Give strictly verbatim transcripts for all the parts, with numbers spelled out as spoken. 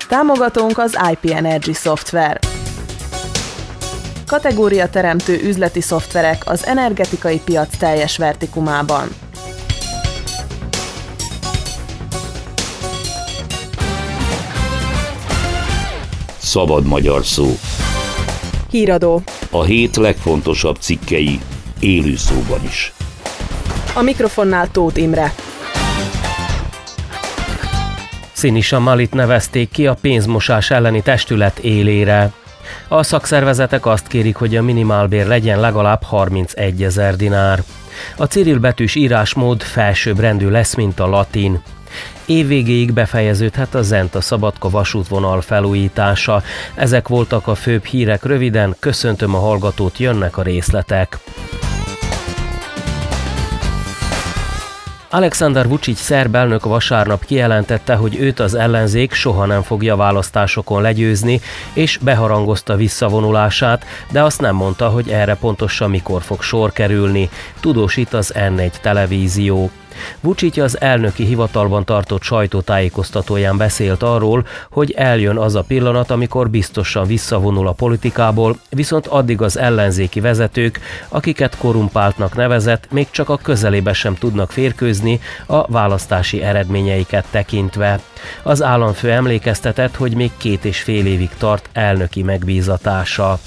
Támogatónk az i pé Energy Software. Kategóriateremtő üzleti szoftverek az energetikai piac teljes vertikumában. Szabad magyar szó. Híradó. A hét legfontosabb cikkei élő szóban is. A mikrofonnál Tóth Imre. Sinisa Malit nevezték ki a pénzmosás elleni testület élére. A szakszervezetek azt kérik, hogy a minimálbér legyen legalább harmincegyezer dinár. A cirilbetűs írásmód felsőbbrendű lesz, mint a latin. Évvégéig befejeződhet a Zenta-Szabadka vasútvonal felújítása. Ezek voltak a főbb hírek röviden, köszöntöm a hallgatót, jönnek a részletek. Aleksandar Vučić szerb elnök vasárnap kijelentette, hogy őt az ellenzék soha nem fogja választásokon legyőzni, és beharangozta visszavonulását, de azt nem mondta, hogy erre pontosan mikor fog sor kerülni. Tudósít az en egy televízió. Vučić az elnöki hivatalban tartott sajtótájékoztatóján beszélt arról, hogy eljön az a pillanat, amikor biztosan visszavonul a politikából, viszont addig az ellenzéki vezetők, akiket korumpáltnak nevezett, még csak a közelébe sem tudnak férkőzni a választási eredményeiket tekintve. Az államfő emlékeztetett, hogy még két és fél évig tart elnöki megbízatása.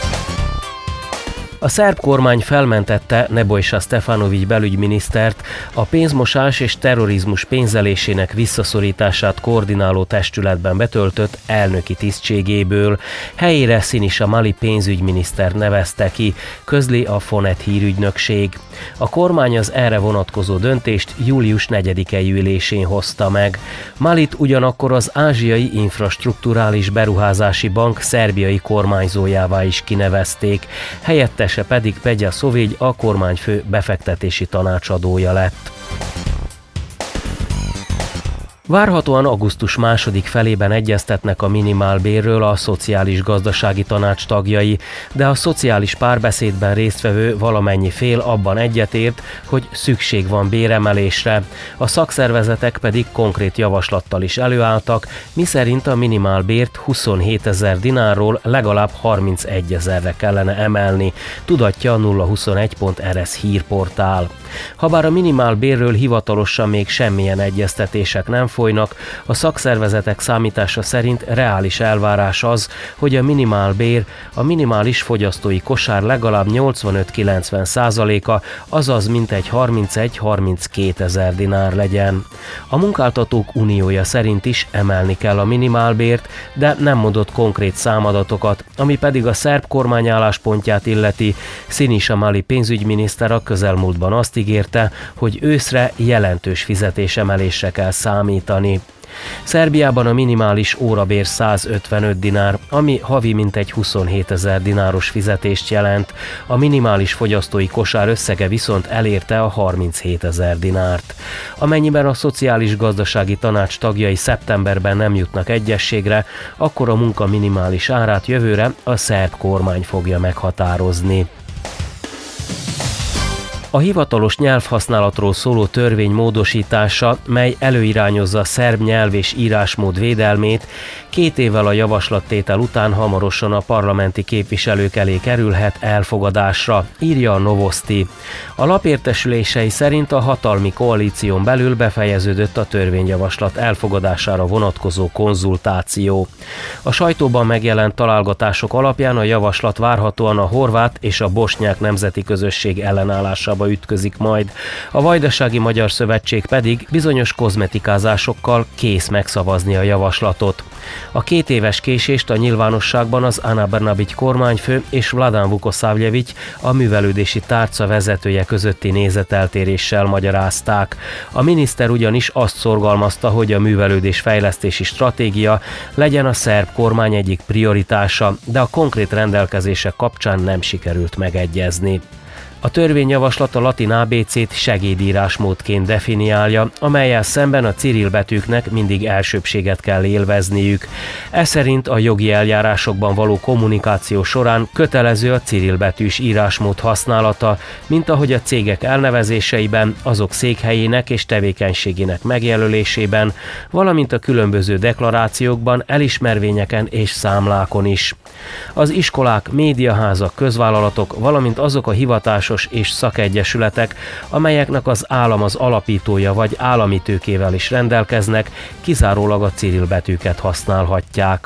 A szerb kormány felmentette Nebojša Stefanović belügyminisztert a pénzmosás és terrorizmus pénzelésének visszaszorítását koordináló testületben betöltött elnöki tisztségéből. Helyére Sinisa Mali pénzügyminiszter nevezte ki, közli a Fonet hírügynökség. A kormány az erre vonatkozó döntést július negyedikei ülésén hozta meg. Malit ugyanakkor az Ázsiai Infrastrukturális Beruházási Bank szerbiai kormányzójává is kinevezték. Helyettes pedig Peđa Sović, a kormányfő befektetési tanácsadója lett. Várhatóan augusztus második felében egyeztetnek a minimálbérről a Szociális-gazdasági Tanács tagjai, de a szociális párbeszédben résztvevő valamennyi fél abban egyetért, hogy szükség van béremelésre. A szakszervezetek pedig konkrét javaslattal is előálltak, miszerint a minimálbért huszonhétezer dinárról legalább harmincegyezerre kellene emelni, tudatja a nulla huszonegy pont er es hírportál. Habár a minimálbérről hivatalosan még semmilyen egyeztetések nem folynak, a szakszervezetek számítása szerint reális elvárás az, hogy a minimálbér, a minimális fogyasztói kosár legalább nyolcvanöt-kilencven százaléka, azaz mintegy harmincegy-harminckétezer dinár legyen. A munkáltatók uniója szerint is emelni kell a minimálbért, de nem mondott konkrét számadatokat, ami pedig a szerb kormány álláspontját illeti. Sinisa Mali pénzügyminiszter a közelmúltban azt ígérte, hogy őszre jelentős fizetésemelésre kell számítani. Szerbiában a minimális órabér százötvenöt dinár, ami havi mintegy huszonhétezer dináros fizetést jelent, a minimális fogyasztói kosár összege viszont elérte a harminchétezer dinárt. Amennyiben a Szociális-gazdasági Tanács tagjai szeptemberben nem jutnak egyességre, akkor a munka minimális árát jövőre a szerb kormány fogja meghatározni. A hivatalos nyelvhasználatról szóló törvény módosítása, mely előirányozza a szerb nyelv és írásmód védelmét, két évvel a javaslattétel után hamarosan a parlamenti képviselők elé kerülhet elfogadásra, írja a Novosti. A lap értesülései szerint a hatalmi koalíción belül befejeződött a törvényjavaslat elfogadására vonatkozó konzultáció. A sajtóban megjelent találgatások alapján a javaslat várhatóan a horvát és a bosnyák nemzeti közösség ellenállásába ütközik majd. A Vajdasági Magyar Szövetség pedig bizonyos kozmetikázásokkal kész megszavazni a javaslatot. A két éves késést a nyilvánosságban az Ana Brnabić kormányfő és Vladan Vukosavljević, a művelődési tárca vezetője közötti nézeteltéréssel magyarázták. A miniszter ugyanis azt szorgalmazta, hogy a művelődés fejlesztési stratégia legyen a szerb kormány egyik prioritása, de a konkrét rendelkezések kapcsán nem sikerült megegyezni. A törvényjavaslat a latin á bé cét segédírásmódként definiálja, amellyel szemben a cirill betűknek mindig elsőbbséget kell élvezniük. Ez szerint a jogi eljárásokban való kommunikáció során kötelező a cirill betűs írásmód használata, mint ahogy a cégek elnevezéseiben, azok székhelyének és tevékenységének megjelölésében, valamint a különböző deklarációkban, elismervényeken és számlákon is. Az iskolák, médiaházak, közvállalatok, valamint azok a hivatásos és szakegyesületek, amelyeknek az állam az alapítója vagy állami tőkével is rendelkeznek, kizárólag a cirill betűket használhatják.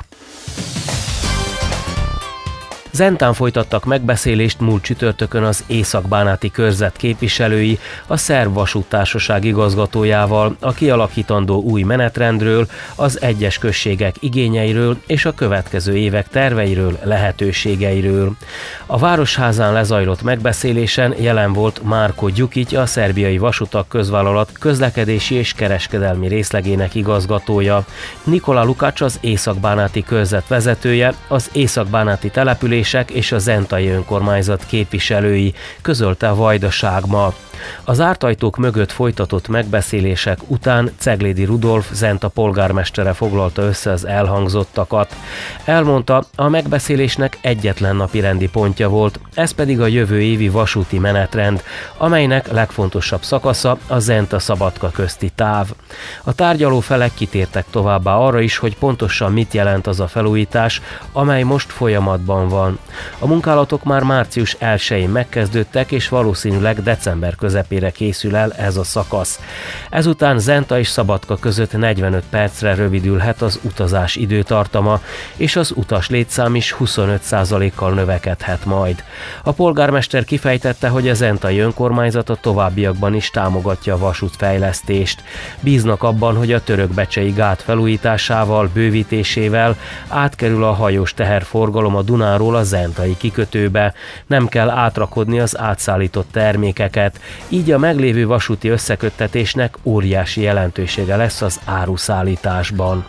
Zentán folytattak megbeszélést múlt csütörtökön az Észak-Bánáti körzet képviselői a Szerb Vasúttársaság igazgatójával a kialakítandó új menetrendről, az egyes községek igényeiről és a következő évek terveiről, lehetőségeiről. A Városházán lezajlott megbeszélésen jelen volt Márko Gyukic, a Szerbiai Vasutak Közvállalat közlekedési és kereskedelmi részlegének igazgatója. Nikola Lukács az Észak-Bánáti körzet vezetője, az Észak-Bánáti település és a zentai önkormányzat képviselői, közölte a Vajdaság ma. Az zárt ajtók mögött folytatott megbeszélések után Ceglédi Rudolf Zenta polgármestere foglalta össze az elhangzottakat. Elmondta, a megbeszélésnek egyetlen napirendi pontja volt, ez pedig a jövő évi vasúti menetrend, amelynek legfontosabb szakasza a Zenta-Szabadka közti táv. A tárgyaló felek kitértek továbbá arra is, hogy pontosan mit jelent az a felújítás, amely most folyamatban van. A munkálatok már március elsején megkezdődtek, és valószínűleg december közepére készül el ez a szakasz. Ezután Zenta és Szabadka között negyvenöt percre rövidülhet az utazás időtartama, és az utas létszám is huszonöt százalékkal növekedhet majd. A polgármester kifejtette, hogy a zentai önkormányzat a továbbiakban is támogatja a vasútfejlesztést. Bíznak abban, hogy a Törökbecsei gát felújításával, bővítésével átkerül a hajós teherforgalom a Dunáról a zentai kikötőbe. Nem kell átrakodni az átszállított termékeket, így a meglévő vasúti összeköttetésnek óriási jelentősége lesz az áruszállításban.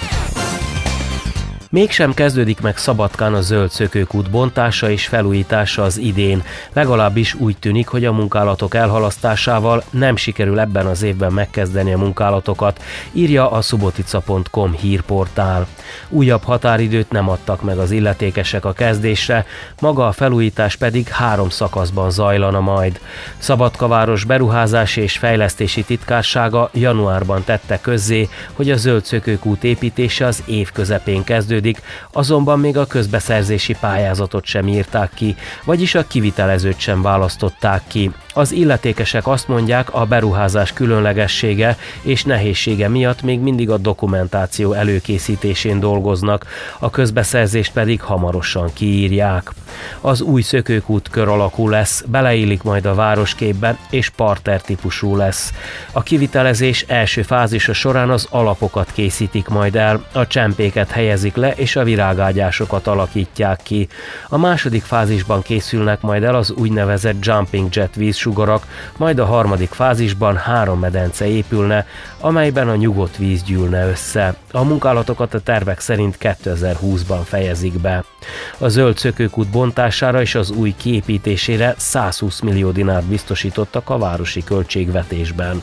Mégsem kezdődik meg Szabadkán a zöld szökőkút bontása és felújítása az idén. Legalábbis úgy tűnik, hogy a munkálatok elhalasztásával nem sikerül ebben az évben megkezdeni a munkálatokat, írja a subotica pont com hírportál. Újabb határidőt nem adtak meg az illetékesek a kezdésre, maga a felújítás pedig három szakaszban zajlana majd. Szabadka város beruházási és fejlesztési titkársága januárban tette közzé, hogy a zöld szökőkút építése az év közepén kezdődik, azonban még a közbeszerzési pályázatot sem írták ki, vagyis a kivitelezőt sem választották ki. Az illetékesek azt mondják, a beruházás különlegessége és nehézsége miatt még mindig a dokumentáció előkészítésén dolgoznak, a közbeszerzést pedig hamarosan kiírják. Az új szökőkút kör alakú lesz, beleillik majd a városképbe és parter típusú lesz. A kivitelezés első fázisa során az alapokat készítik majd el, a csempéket helyezik le és a virágágyásokat alakítják ki. A második fázisban készülnek majd el az úgynevezett jumping jet vízsugarak, majd a harmadik fázisban három medence épülne, amelyben a nyugodt víz gyűlne össze. A munkálatokat a tervek szerint kétezer-húszban fejezik be. A zöld szökőkút bontására és az új kiépítésére százhúsz millió dinárt biztosítottak a városi költségvetésben.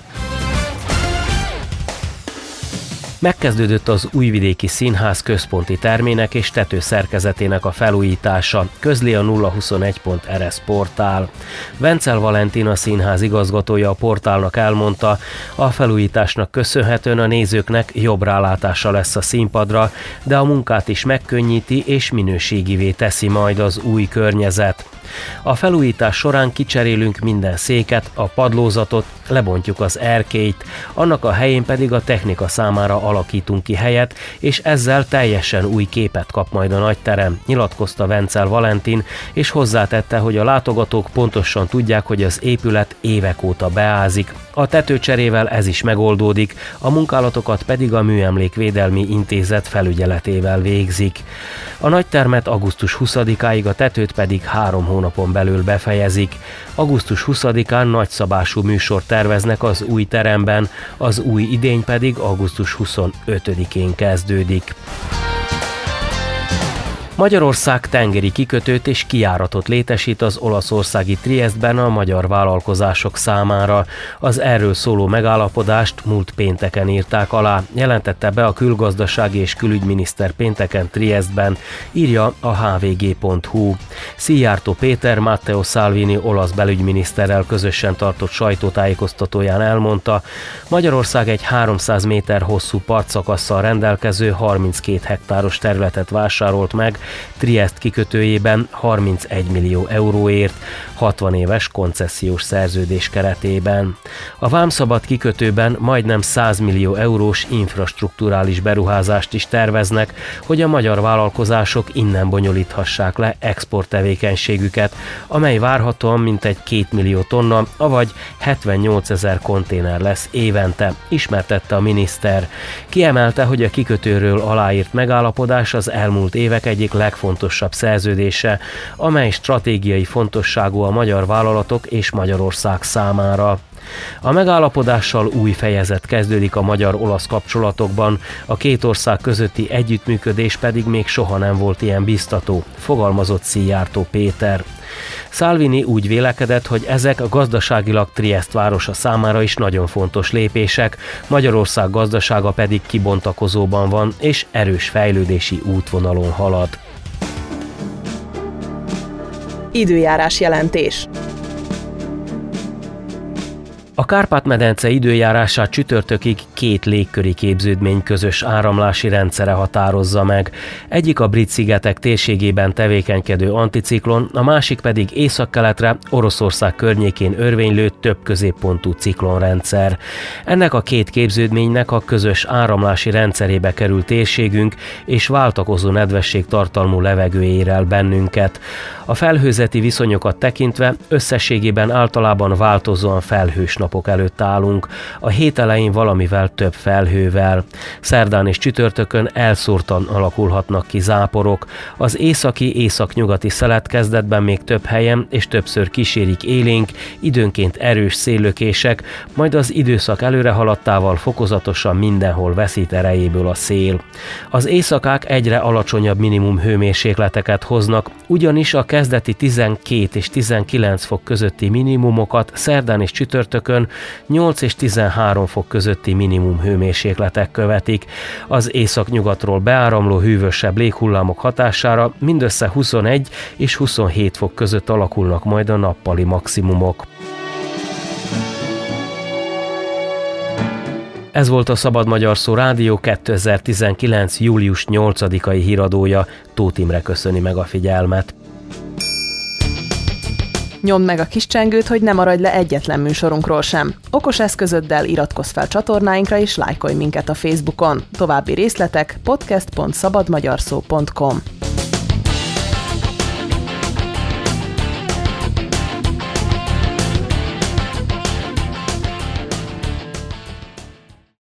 Megkezdődött az Újvidéki Színház központi termének és tetőszerkezetének a felújítása, közli a nulla huszonegy pont er es portál. Vencel Valentin, a színház igazgatója a portálnak elmondta, a felújításnak köszönhetően a nézőknek jobb rálátása lesz a színpadra, de a munkát is megkönnyíti és minőségivé teszi majd az új környezet. A felújítás során kicserélünk minden széket, a padlózatot, lebontjuk az erkélyt, annak a helyén pedig a technika számára alakítunk ki helyet, és ezzel teljesen új képet kap majd a nagyterem, nyilatkozta Vencel Valentin, és hozzátette, hogy a látogatók pontosan tudják, hogy az épület évek óta beázik. A tetőcserével ez is megoldódik, a munkálatokat pedig a Műemlékvédelmi Intézet felügyeletével végzik. A nagytermet augusztus huszadikáig, a tetőt pedig három hónapon belül befejezik. augusztus huszadikán nagyszabású műsort terveznek az új teremben, az új idény pedig augusztus huszonötödikén kezdődik. Magyarország tengeri kikötőt és kijáratot létesít az olaszországi Triestben a magyar vállalkozások számára. Az erről szóló megállapodást múlt pénteken írták alá, jelentette be a külgazdasági és külügyminiszter pénteken Triestben, írja a há vé gé pont hú. Szijjártó Péter Matteo Salvini olasz belügyminiszterrel közösen tartott sajtótájékoztatóján elmondta, Magyarország egy háromszáz méter hosszú partszakasszal rendelkező harminckét hektáros területet vásárolt meg Triest kikötőjében harmincegy millió euróért, hatvan éves koncesziós szerződés keretében. A vámszabad kikötőben majdnem száz millió eurós infrastrukturális beruházást is terveznek, hogy a magyar vállalkozások innen bonyolíthassák le export tevékenységüket, amely várhatóan mintegy két millió tonna, avagy hetvennyolcezer konténer lesz évente, ismertette a miniszter. Kiemelte, hogy a kikötőről aláírt megállapodás az elmúlt évek egyik legfontosabb szerződése, amely stratégiai fontosságú a magyar vállalatok és Magyarország számára. A megállapodással új fejezet kezdődik a magyar-olasz kapcsolatokban, a két ország közötti együttműködés pedig még soha nem volt ilyen biztató, fogalmazott Szijjártó Péter. Salvini úgy vélekedett, hogy ezek a gazdaságilag Triest városa számára is nagyon fontos lépések, Magyarország gazdasága pedig kibontakozóban van és erős fejlődési útvonalon halad. Időjárás jelentés. A Kárpát-medence időjárását csütörtökig két légköri képződmény közös áramlási rendszere határozza meg. Egyik a Brit-szigetek térségében tevékenykedő anticiklon, a másik pedig északkeletre, Oroszország környékén örvénylő több középpontú ciklonrendszer. Ennek a két képződménynek a közös áramlási rendszerébe kerül térségünk, és váltakozó nedvesség tartalmú levegő ér el bennünket. A felhőzeti viszonyokat tekintve összességében általában változóan felhős napok előtt állunk, a hét elején valamivel több felhővel. Szerdán és csütörtökön elszórtan alakulhatnak ki záporok. Az északi, északnyugati szelet kezdetben még több helyen és többször kísérik élénk, időnként erős széllökések, majd az időszak előre haladtával fokozatosan mindenhol veszít erejéből a szél. Az éjszakák egyre alacsonyabb minimum hőmérsékleteket hoznak, ugyanis a kezdeti tizenkét és tizenkilenc fok közötti minimumokat szerdán és csütörtökön nyolc és tizenhárom fok közötti minimum hőmérsékletek követik. Az északnyugatról beáramló hűvösebb léghullámok hatására mindössze huszonegy és huszonhét fok között alakulnak majd a nappali maximumok. Ez volt a Szabad Magyar Szó Rádió kétezer-tizenkilenc. július nyolcadikai híradója. Tóth Imre köszöni meg a figyelmet. Nyomd meg a kis csengőt, hogy ne maradj le egyetlen műsorunkról sem. Okos eszközöddel iratkozz fel csatornáinkra és lájkolj minket a Facebookon. További részletek podcast pont szabadmagyarszó pont com.